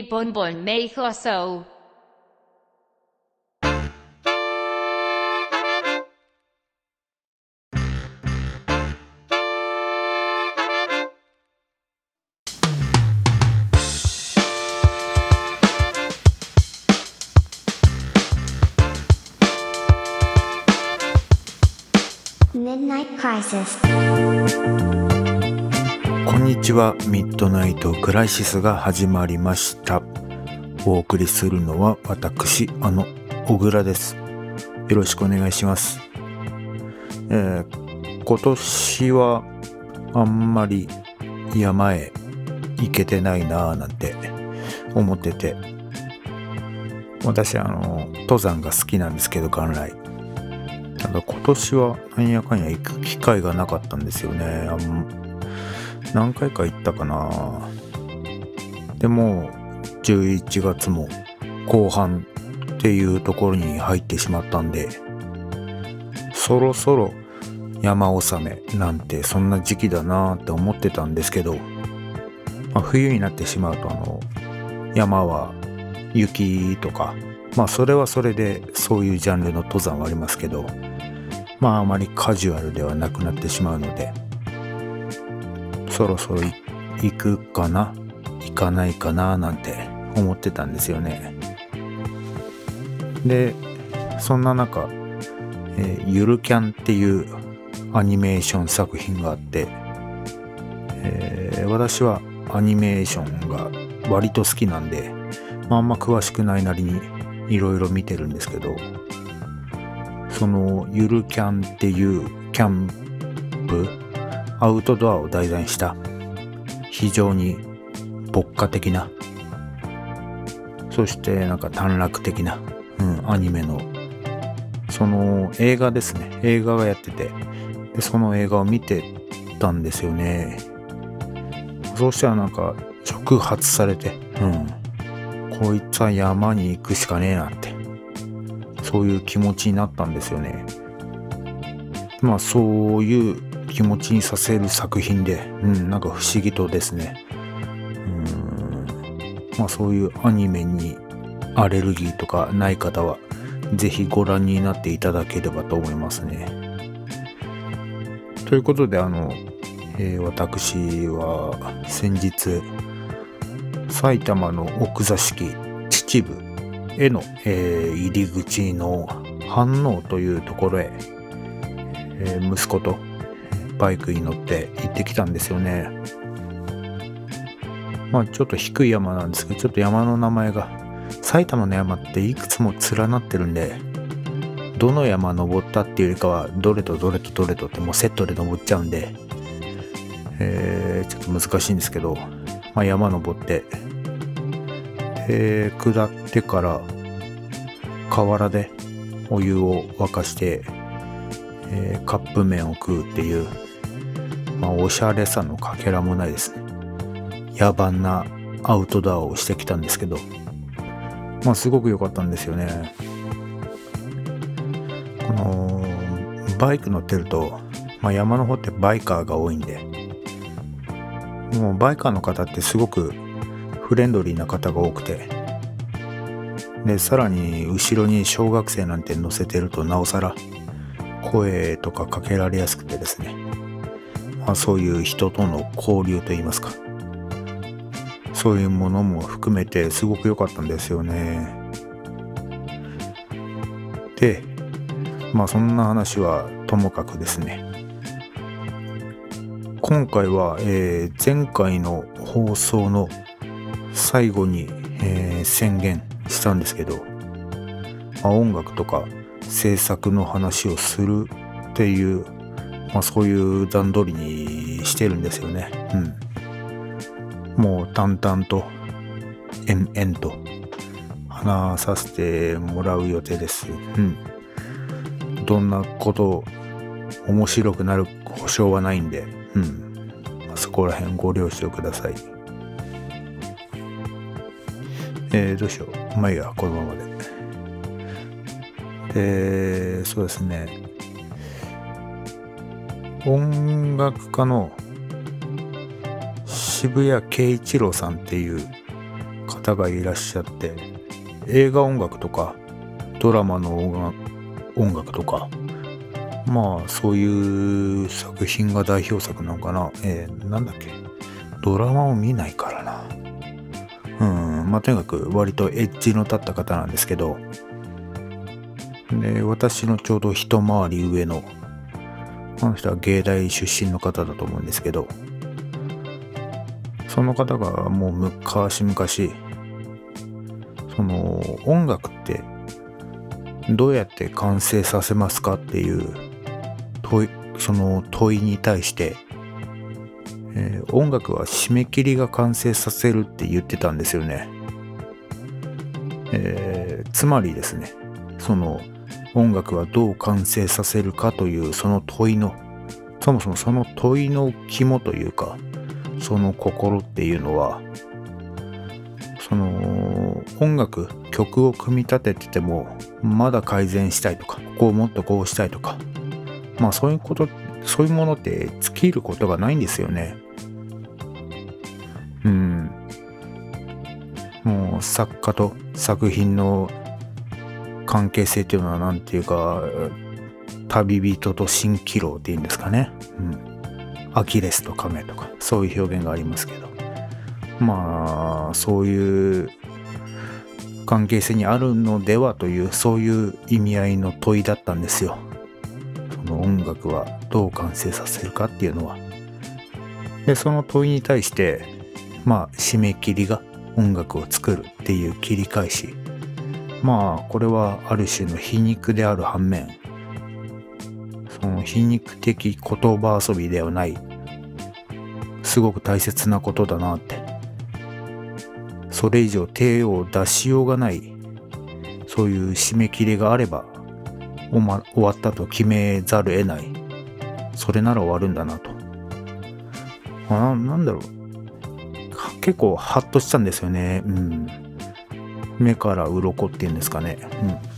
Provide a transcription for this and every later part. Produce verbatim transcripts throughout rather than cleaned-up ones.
bonbon may so. Midnight Crisis。 こんにちは。ミッドナイトクライシスが始まりました。お送りするのは私、あの小倉です。よろしくお願いします。えー、今年はあんまり山へ行けてないなぁなんて思ってて、私あの登山が好きなんですけど、元来ただ今年はなんやかんや行く機会がなかったんですよね。あん何回か行ったかな。でもじゅういちがつも後半っていうところに入ってしまったんで、そろそろ山納めなんてそんな時期だなって思ってたんですけど、まあ、冬になってしまうとあの山は雪とか、まあそれはそれでそういうジャンルの登山はありますけど、まああまりカジュアルではなくなってしまうので、そろそろ行くかな行かないかななんて思ってたんですよね。でそんな中、えー、ゆるキャンっていうアニメーション作品があって、えー、私はアニメーションが割と好きなんで、まあ、あんま詳しくないなりにいろいろ見てるんですけど、そのゆるキャンっていうキャンプアウトドアを題材にした非常に牧歌的な、そしてなんか短絡的な、うん、アニメのその映画ですね。映画がやってて、でその映画を見てたんですよね。そうしたらなんか触発されて、うん、こいつは山に行くしかねえなって、そういう気持ちになったんですよね。まあそういう気持ちにさせる作品で、うん、なんか不思議とですね、うーん、まあそういうアニメにアレルギーとかない方はぜひご覧になっていただければと思いますね。ということであの、えー、私は先日埼玉の奥座敷秩父への、えー、入り口の飯能というところへ、えー、息子とバイクに乗って行ってきたんですよね。まあちょっと低い山なんですけど、ちょっと山の名前が、埼玉の山っていくつも連なってるんで、どの山登ったっていうよりかはどれとどれとどれとってもうセットで登っちゃうんで、えー、ちょっと難しいんですけど、まあ、山登って、えー、下ってから河原でお湯を沸かして、えー、カップ麺を食うっていう、まあ、おしゃれさのかけらもないですね。野蛮なアウトドアをしてきたんですけど、まあすごく良かったんですよね。このバイク乗ってると、まあ、山の方ってバイカーが多いんで、もうバイカーの方ってすごくフレンドリーな方が多くて、でさらに後ろに小学生なんて乗せてるとなおさら声とかかけられやすくてですね、まあ、そういう人との交流といいますか、そういうものも含めてすごく良かったんですよね。で、まあそんな話はともかくですね、今回は、えー、前回の放送の最後に、えー、宣言したんですけど、まあ、音楽とか制作の話をするっていう、まあ、そういう段取りにしてるんですよね。うん、もう淡々と延々と話させてもらう予定です。うん、どんなこと面白くなる保証はないんで、うん、まあ、そこら辺ご了承ください。えー、どうしよう。まあいいや、このままで。で、そうですね。音楽家の渋谷慶一郎さんっていう方方がいらっしゃって、映画音楽とかドラマの音楽とか、まあそういう作品が代表作なのかな。えー、なんだっけ、ドラマを見ないからな。うんまあとにかく割とエッジの立った方なんですけど、で私のちょうど一回り上の、この人は芸大出身の方だと思うんですけど、その方がもう昔々、その音楽ってどうやって完成させますかっていう問い、その問いに対して、えー、音楽は締め切りが完成させるって言ってたんですよね。えー、つまりですね、その音楽はどう完成させるかというその問いの、そもそもその問いの肝というか、その心っていうのは、その音楽、曲を組み立てててもまだ改善したいとか、ここをもっとこうしたいとか、まあそういうこと、そういうものって尽きることがないんですよね。うん。もう作家と作品の関係性っていうのはなんていうか、旅人と蜃気楼っていうんですかね。うん。アキレスとカメとかそういう表現がありますけど、まあそういう関係性にあるのではという、そういう意味合いの問いだったんですよ。その音楽はどう完成させるかっていうのは。でその問いに対してまあ締め切りが音楽を作るっていう切り返し、まあこれはある種の皮肉である反面、その皮肉的言葉遊びではない、すごく大切なことだなって。それ以上手を出しようがない、そういう締め切りがあれば、おま、終わったと決めざる得ない。それなら終わるんだなと。あ、なんだろう。結構ハッとしたんですよね。うん。目から鱗っていうんですかね。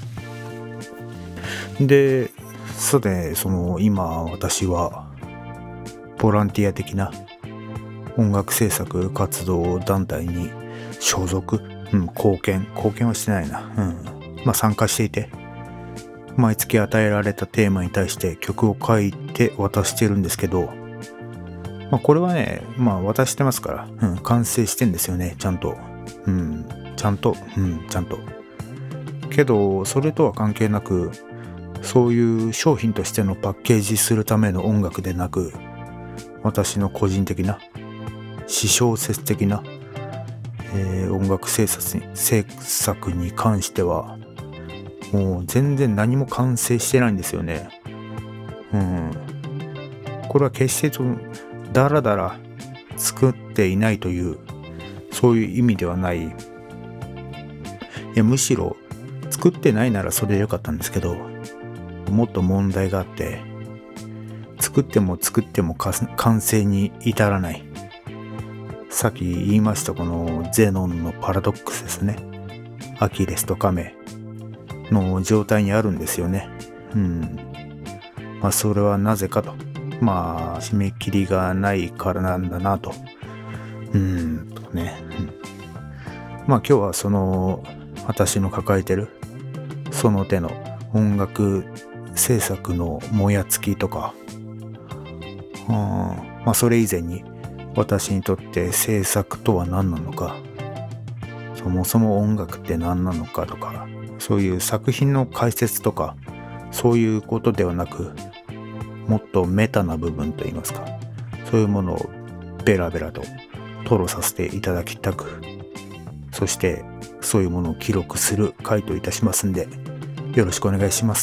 うん。で、さて、その今私はボランティア的な音楽制作活動団体に所属、うん、貢献、貢献はしてないな。うん。まあ参加していて、毎月与えられたテーマに対して曲を書いて渡してるんですけど、まあこれはね、まあ渡してますから、うん、完成してんですよね、ちゃんと。うん、ちゃんと、うん、ちゃんと。けど、それとは関係なく、そういう商品としてのパッケージするための音楽でなく、私の個人的な、私小説的な、えー、音楽制作に、制作に関しては、もう全然何も完成してないんですよね。うん。これは決してダラダラ作っていないという、そういう意味ではない。いや、むしろ作ってないならそれでよかったんですけど、もっと問題があって、作っても作っても完成に至らない。さっき言いましたこのゼノンのパラドックスですね。アキレスとカメの状態にあるんですよね。うん。まあそれはなぜかと。まあ締め切りがないからなんだなと。うーんとね。うん、まあ今日はその私の抱えてるその手の音楽制作のもやつきとか、うん、まあそれ以前に私にとって制作とは何なのか、そもそも音楽って何なのかとか、そういう作品の解説とかそういうことではなく、もっとメタな部分といいますか、そういうものをベラベラと吐露させていただきたく、そしてそういうものを記録する回といたしますんで、よろしくお願いします。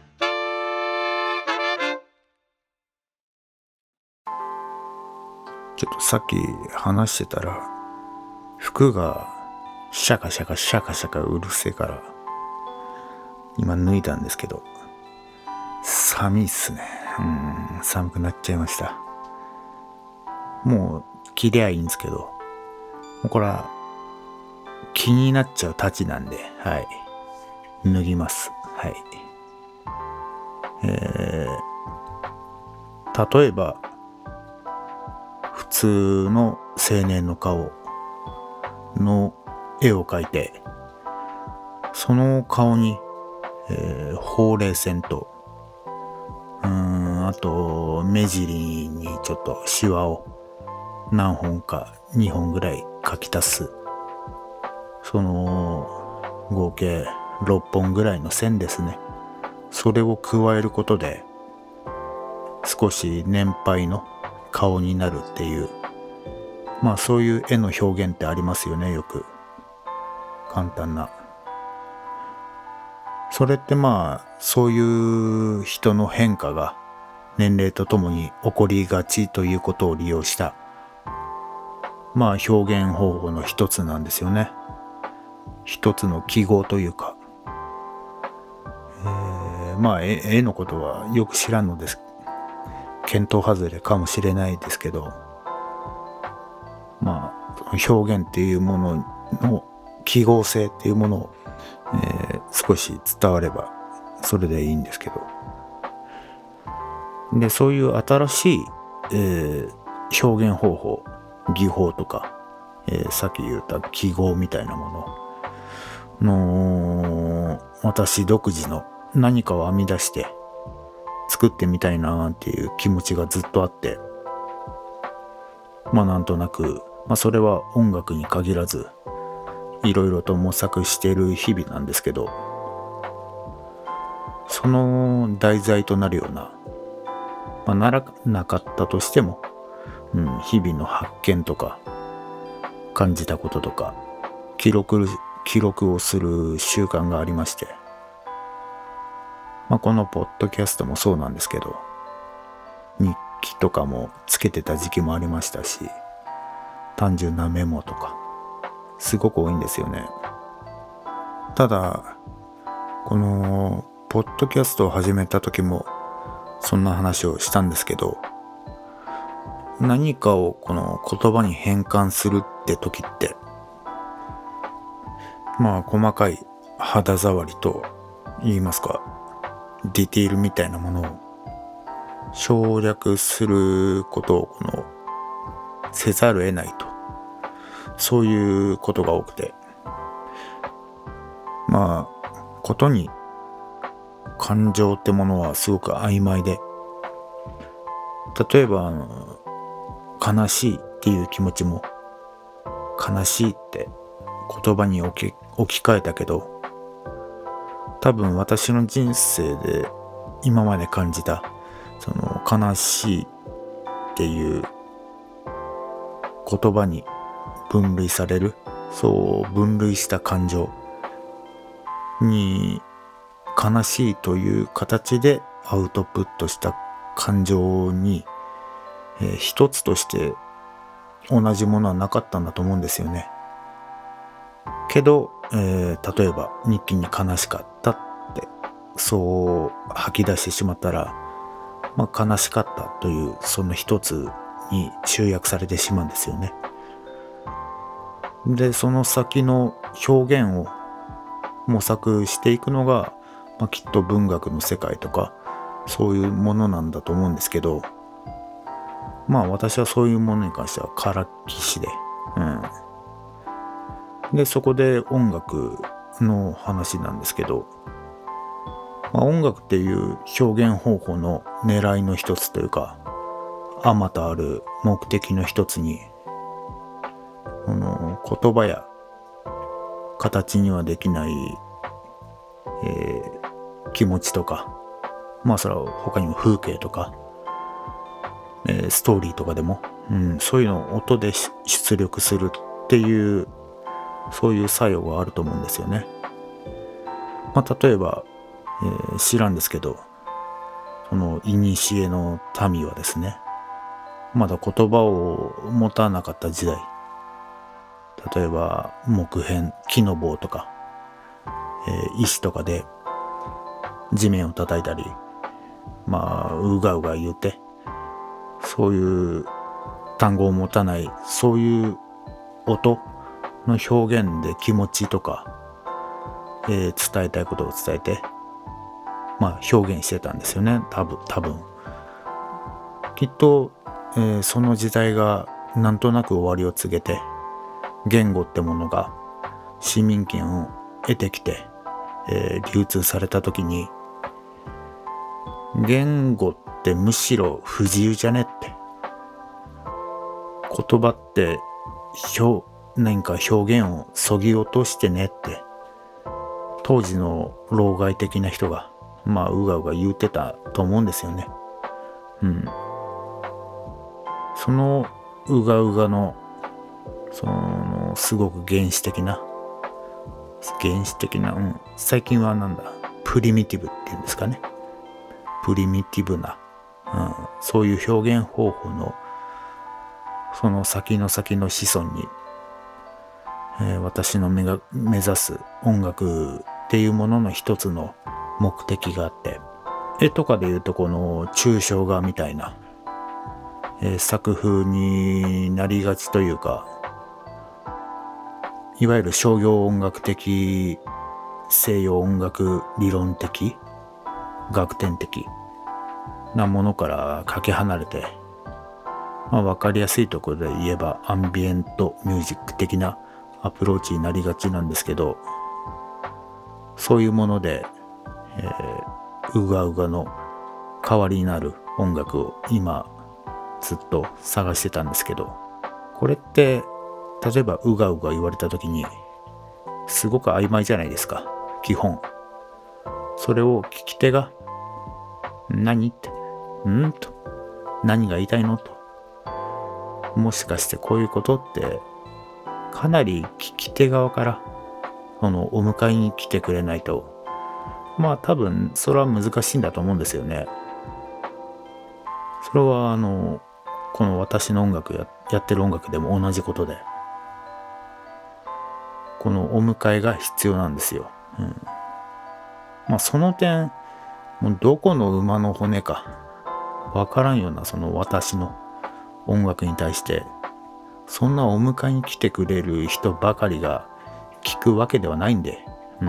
ちょっとさっき話してたら、服がシャカシャカシャカシャカうるせえから今脱いだんですけど、寒いっすね。うん、寒くなっちゃいました。もう着りゃいいんですけど、もうこれは気になっちゃうたちなんで、はい、脱ぎます。はい。えー、例えば普通の青年の顔の絵を描いて、その顔に、えー、ほうれい線と、うーん、あと目尻にちょっとシワを何本かにほんぐらい描き足す、その合計ろっぽんぐらいの線ですね。それを加えることで少し年配の顔になるっていう、まあそういう絵の表現ってありますよね、よく。簡単な。それってまあそういう人の変化が年齢とともに起こりがちということを利用したまあ表現方法の一つなんですよね。一つの記号というか、えー、まあ絵、絵のことはよく知らんのです。見当外れかもしれないですけど、まあ表現っていうものの記号性っていうものを、えー、少し伝わればそれでいいんですけど、でそういう新しい、えー、表現方法、技法とか、えー、さっき言った記号みたいなものの私独自の何かを編み出して作ってみたいなっていう気持ちがずっとあって、まあなんとなく、まあそれは音楽に限らずいろいろと模索している日々なんですけど、その題材となるような、まあならなかったとしても、うん、日々の発見とか感じたこととか記録記録をする習慣がありまして、まあ、このポッドキャストもそうなんですけど、日記とかもつけてた時期もありましたし、単純なメモとかすごく多いんですよね。ただこのポッドキャストを始めた時もそんな話をしたんですけど、何かをこの言葉に変換するって時って、まあ細かい肌触りと言いますか、ディティールみたいなものを省略することをこのせざるを得ないと、そういうことが多くて、まあことに感情ってものはすごく曖昧で、例えばあの悲しいっていう気持ちも悲しいって言葉に置き、置き換えたけど、多分私の人生で今まで感じたその悲しいっていう言葉に分類される、そう分類した感情に悲しいという形でアウトプットした感情にえー、一つとして同じものはなかったんだと思うんですよね。けど、えー、例えば日記に悲しかったってそう吐き出してしまったら、まあ、悲しかったというその一つに集約されてしまうんですよね。でその先の表現を模索していくのが、まあ、きっと文学の世界とかそういうものなんだと思うんですけど、まあ私はそういうものに関してはからっきしで、うん。で、そこで音楽の話なんですけど、まあ、音楽っていう表現方法の狙いの一つというか、あまたある目的の一つに、この言葉や形にはできない、えー、気持ちとか、まあそれは他にも風景とか、えー、ストーリーとかでも、うん、そういうのを音で出力するっていうそういう作用があると思うんですよね。まあ例えば、えー、知らんですけど、その古の民はですね、まだ言葉を持たなかった時代、例えば木片、木の棒とか、えー、石とかで地面を叩いたり、まあうがうが言うて、そういう単語を持たない、そういう音の表現で気持ちとか、えー、伝えたいことを伝えて、まあ表現してたんですよね。多分、多分。きっと、えー、その時代がなんとなく終わりを告げて、言語ってものが市民権を得てきて、えー、流通された時に、言語ってむしろ不自由じゃねって、言葉って表何か表現をそぎ落としてねって当時の老害的な人がまあうがうが言ってたと思うんですよね。うん。そのうがうがのそのすごく原始的な原始的な、うん、最近はなんだプリミティブっていうんですかね。プリミティブな、うん、そういう表現方法のその先の先の子孫に、えー、私の目が目指す音楽っていうものの一つの目的があって、絵とかでいうとこの抽象画みたいな、えー、作風になりがちというか、いわゆる商業音楽的、西洋音楽理論的、学典的なものからかけ離れて、まあ、分かりやすいところで言えばアンビエントミュージック的なアプローチになりがちなんですけど、そういうもので、えー、うがうがの代わりになる音楽を今ずっと探してたんですけど、これって例えばうがうが言われた時にすごく曖昧じゃないですか、基本。それを聞き手が何ってんと何が言いたいのと、もしかしてこういうことってかなり聞き手側からそのお迎えに来てくれないと、まあ多分それは難しいんだと思うんですよね。それはあのこの私の音楽 や, やってる音楽でも同じことで、このお迎えが必要なんですよ。うん、まあその点もうどこの馬の骨かわからんようなその私の音楽に対してそんなお迎えに来てくれる人ばかりが聞くわけではないんで、うん、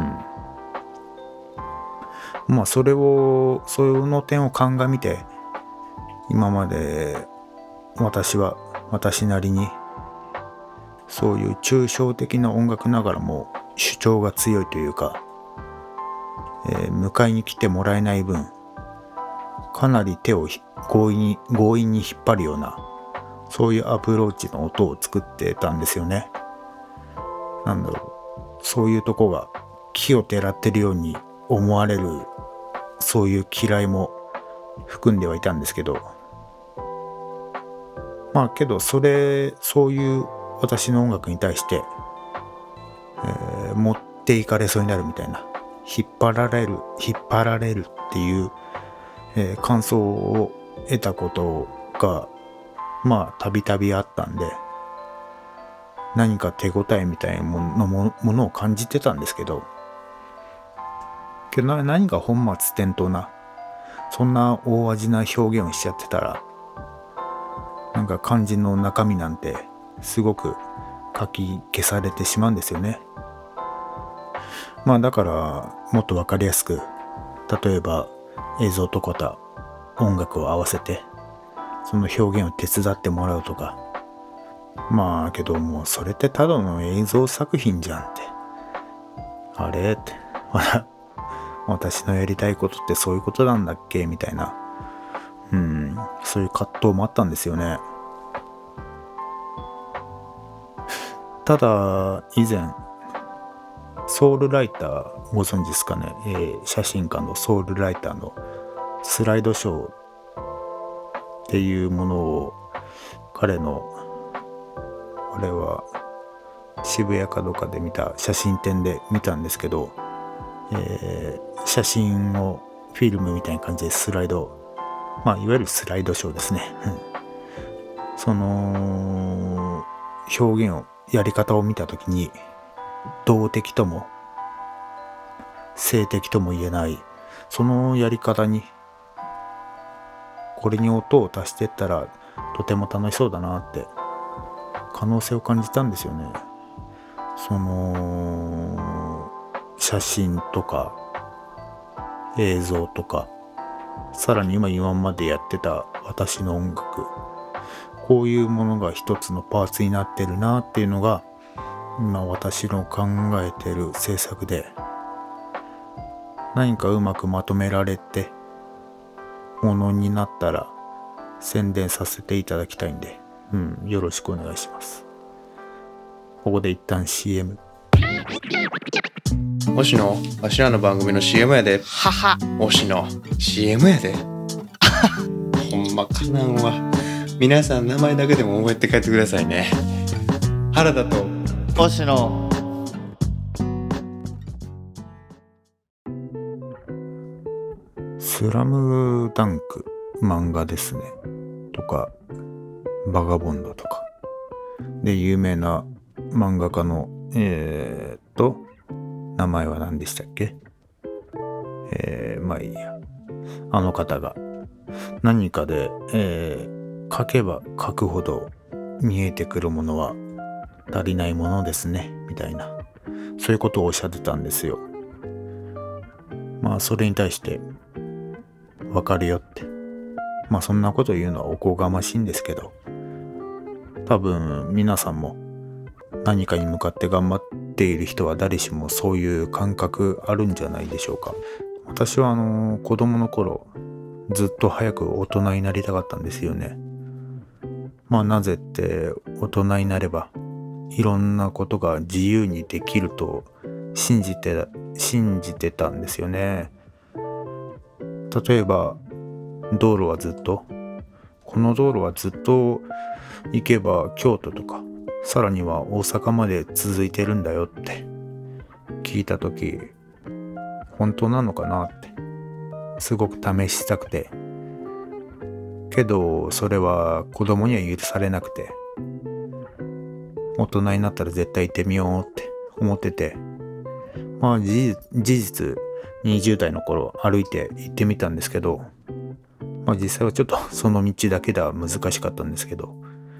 まあそれをその点を鑑みて今まで私は私なりにそういう抽象的な音楽ながらも主張が強いというか、えー、迎えに来てもらえない分かなり手を強引に強引に引っ張るようなそういうアプローチの音を作ってたんですよね。なんだろう、そういうとこが奇をてらってるように思われるそういう嫌いも含んではいたんですけど、まあけどそれそういう私の音楽に対して、えー、持っていかれそうになるみたいな、引っ張られる引っ張られるっていう、えー、感想を得たことがまあたびたびあったんで、何か手応えみたいなものものを感じてたんですけど、けどな何か本末転倒なそんな大味な表現をしちゃってたら、なんか肝心の中身なんてすごく書き消されてしまうんですよね。まあだからもっとわかりやすく、例えば映像とか音楽を合わせてその表現を手伝ってもらうとか、まあけどもうそれってただの映像作品じゃんって、あれって私のやりたいことってそういうことなんだっけみたいな、うん、そういう葛藤もあったんですよね。ただ以前ソウルライターご存知ですかね、えー、写真家のソウルライターのスライドショーっていうものを彼のあれは渋谷かどっかで見た写真展で見たんですけど、えー、写真をフィルムみたいな感じでスライド、まあいわゆるスライドショーですね、うん、その表現をやり方を見たときに動的とも静的とも言えないそのやり方に、これに音を足していったらとても楽しそうだなって可能性を感じたんですよね。その写真とか映像とか、さらに今今までやってた私の音楽、こういうものが一つのパーツになってるなっていうのが今私の考えてる制作で何かうまくまとめられてものになったら宣伝させていただきたいんで、うん、よろしくお願いします。ここで一旦 シーエム。 星野、わしらの番組の シーエム やで。はは。星野 シーエム やで。ほんまかなんわ。皆さん名前だけでも覚えて帰ってくださいね。原田と星野。 スラムダンク漫画ですねとかバガボンドとかで有名な漫画家のえー、っと名前は何でしたっけ。えー、まあいいや。あの方が何かで、えー、書けば書くほど見えてくるものは足りないものですねみたいな、そういうことをおっしゃってたんですよ。まあそれに対してわかるよって、まあそんなこと言うのはおこがましいんですけど、多分皆さんも何かに向かって頑張っている人は誰しもそういう感覚あるんじゃないでしょうか。私はあの子供の頃ずっと早く大人になりたかったんですよね。まあなぜって大人になればいろんなことが自由にできると信じて信じてたんですよね。例えば道路はずっとこの道路はずっと行けば京都とかさらには大阪まで続いてるんだよって聞いたとき、本当なのかなってすごく試したくて、けどそれは子供には許されなくて、大人になったら絶対行ってみようって思ってて、まあ事実、事実にじゅう代の頃歩いて行ってみたんですけど、まあ実際はちょっとその道だけでは難しかったんですけど、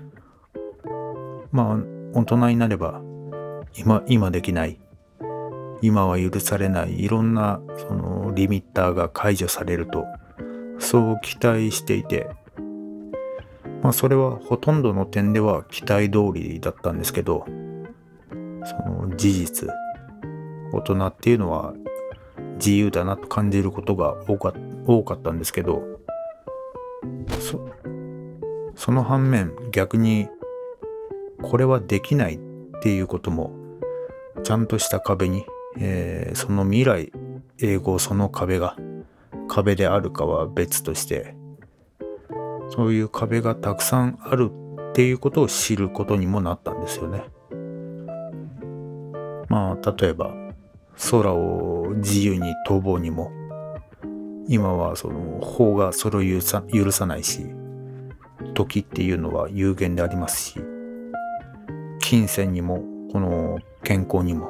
まあ大人になれば今今できない、今は許されないいろんなそのリミッターが解除されるとそう期待していて、まあそれはほとんどの点では期待通りだったんですけど、その事実大人っていうのは自由だなと感じることが多か、多かったんですけど、そ、その反面逆にこれはできないっていうこともちゃんとした壁に、えー、その未来永劫その壁が壁であるかは別として、そういう壁がたくさんあるっていうことを知ることにもなったんですよね。まあ例えば空を自由に飛ぼうにも今はその法がそれを許さ、許さないし、時っていうのは有限でありますし、金銭にもこの健康にも、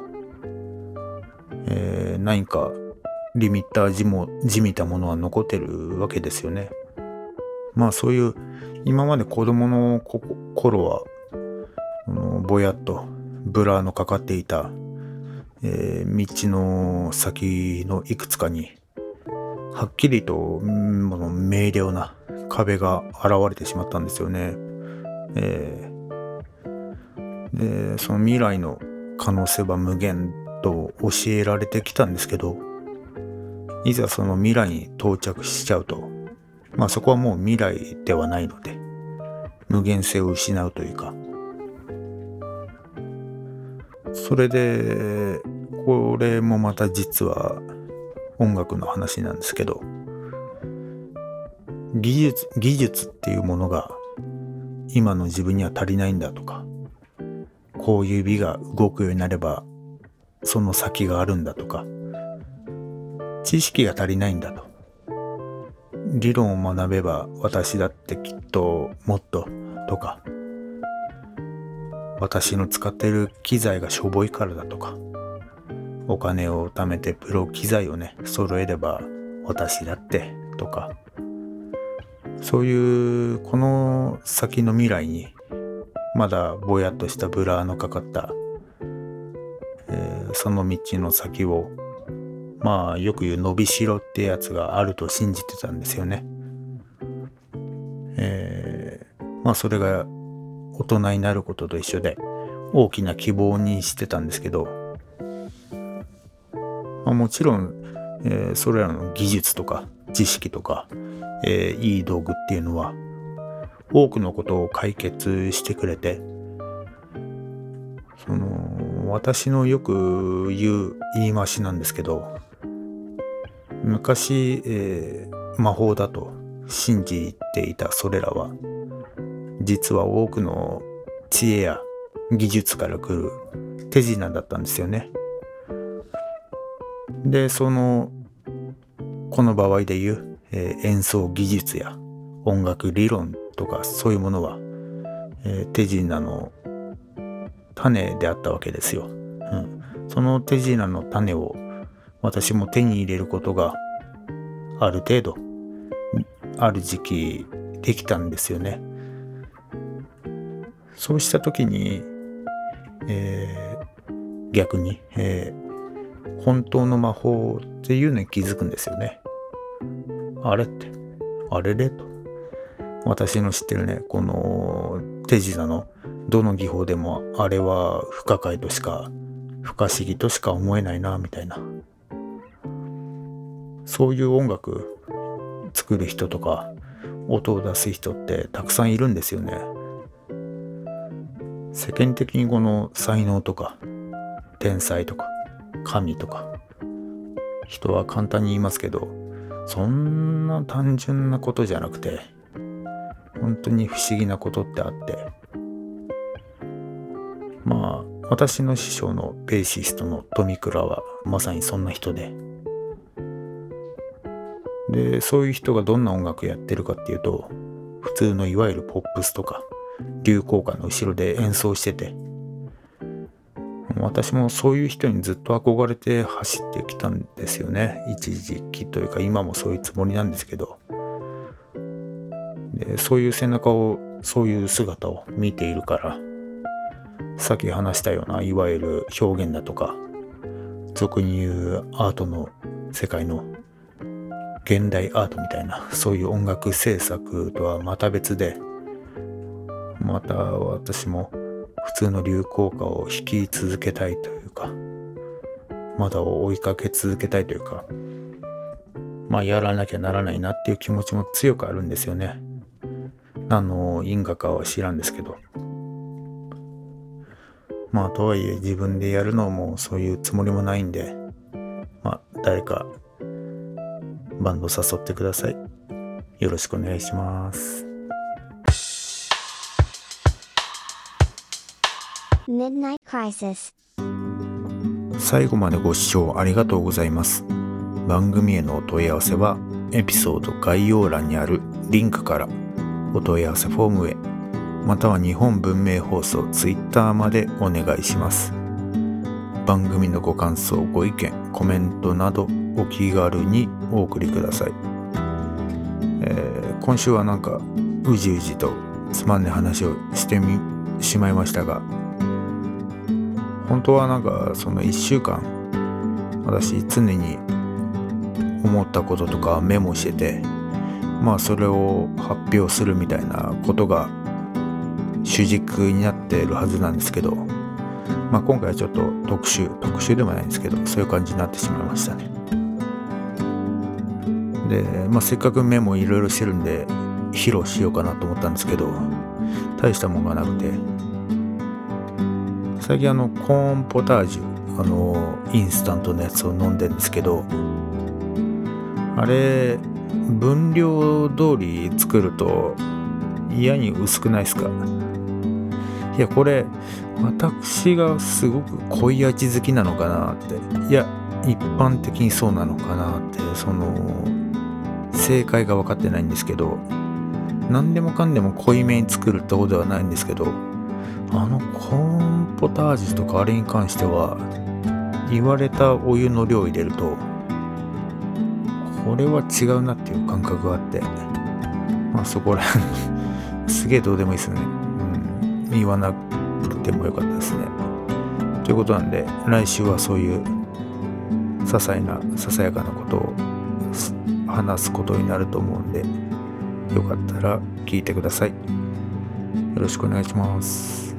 えー、何かリミッターじもじみたものは残ってるわけですよね。まあそういう今まで子供の頃はぼやっとブラのかかっていた、えー、道の先のいくつかにはっきりともの明瞭な壁が現れてしまったんですよね。えーでその未来の可能性は無限と教えられてきたんですけど、いざその未来に到着しちゃうと、まあそこはもう未来ではないので無限性を失うというか、それでこれもまた実は音楽の話なんですけど、技術技術っていうものが今の自分には足りないんだとか、こういう指が動くようになればその先があるんだとか、知識が足りないんだと、理論を学べば私だってきっともっととか、私の使っている機材がしょぼいからだとか、お金を貯めてプロ機材をね揃えれば私だってとか、そういうこの先の未来にまだぼやっとしたブラーのかかった、えー、その道の先を、まあよく言う伸びしろってやつがあると信じてたんですよね。えー、まあそれが大人になることと一緒で、 大きな希望にしてたんですけど、まあ、もちろん、えー、それらの技術とか知識とか、えー、いい道具っていうのは多くのことを解決してくれて、その私のよく言う言い回しなんですけど、昔、えー、魔法だと信じていたそれらは実は多くの知恵や技術から来る手品だったんですよね。で、そのこの場合で言う、えー、演奏技術や音楽理論とかそういうものは、えー、手品の種であったわけですよ、うん、その手品の種を私も手に入れることがある程度ある時期できたんですよね。そうした時に、えー、逆に、えー、本当の魔法っていうのに気づくんですよね。あれってあれれと、私の知ってるねこの手品のどの技法でもあれは不可解としか不可思議としか思えないなみたいな、そういう音楽作る人とか音を出す人ってたくさんいるんですよね。世間的にこの才能とか天才とか神とか人は簡単に言いますけど、そんな単純なことじゃなくて本当に不思議なことってあって、まあ私の師匠のベーシストの富倉はまさにそんな人で、でそういう人がどんな音楽やってるかっていうと、普通のいわゆるポップスとか流行歌の後ろで演奏してて、私もそういう人にずっと憧れて走ってきたんですよね。一時期というか今もそういうつもりなんですけど、でそういう背中をそういう姿を見ているから、さっき話したようないわゆる表現だとか俗に言うアートの世界の現代アートみたいな、そういう音楽制作とはまた別で、また私も普通の流行歌を弾き続けたいというか、まだ追いかけ続けたいというか、まあやらなきゃならないなっていう気持ちも強くあるんですよね。何の因果かは知らんですけど、まあとはいえ自分でやるのもそういうつもりもないんで、まあ誰かバンド誘ってください。よろしくお願いします。 Midnight Crisis。 最後までご視聴ありがとうございます。番組へのお問い合わせはエピソード概要欄にあるリンクからお問い合わせフォームへ、または日本文明放送ツイッターまでお願いします。番組のご感想、ご意見、コメントなどお気軽にお送りください。えー、今週はなんかうじうじとつまんない話をしてみしまいましたが、本当はなんかそのいっしゅうかん私常に思ったこととかメモしてて、まあそれを発表するみたいなことが主軸になっているはずなんですけど、まあ今回はちょっと特集特集でもないんですけど、そういう感じになってしまいましたね。で、まあせっかくメモいろいろしてるんで披露しようかなと思ったんですけど、大したもんがなくて、最近あのコーンポタージュ、あのインスタントのやつを飲んでるんですけど、あれ分量通り作ると嫌に薄くないですか？いやこれ私がすごく濃い味好きなのかなって、いや一般的にそうなのかなって、その正解が分かってないんですけど、何でもかんでも濃いめに作るってことではないんですけど、あのコーンポタージュとかあれに関しては言われたお湯の量を入れるとこれは違うなっていう感覚があって、まあそこらすげえどうでもいいですね、うん、言わなくてもよかったですね。ということなんで来週はそういう些細なささやかなことを話すことになると思うんで、よかったら聞いてください。よろしくお願いします。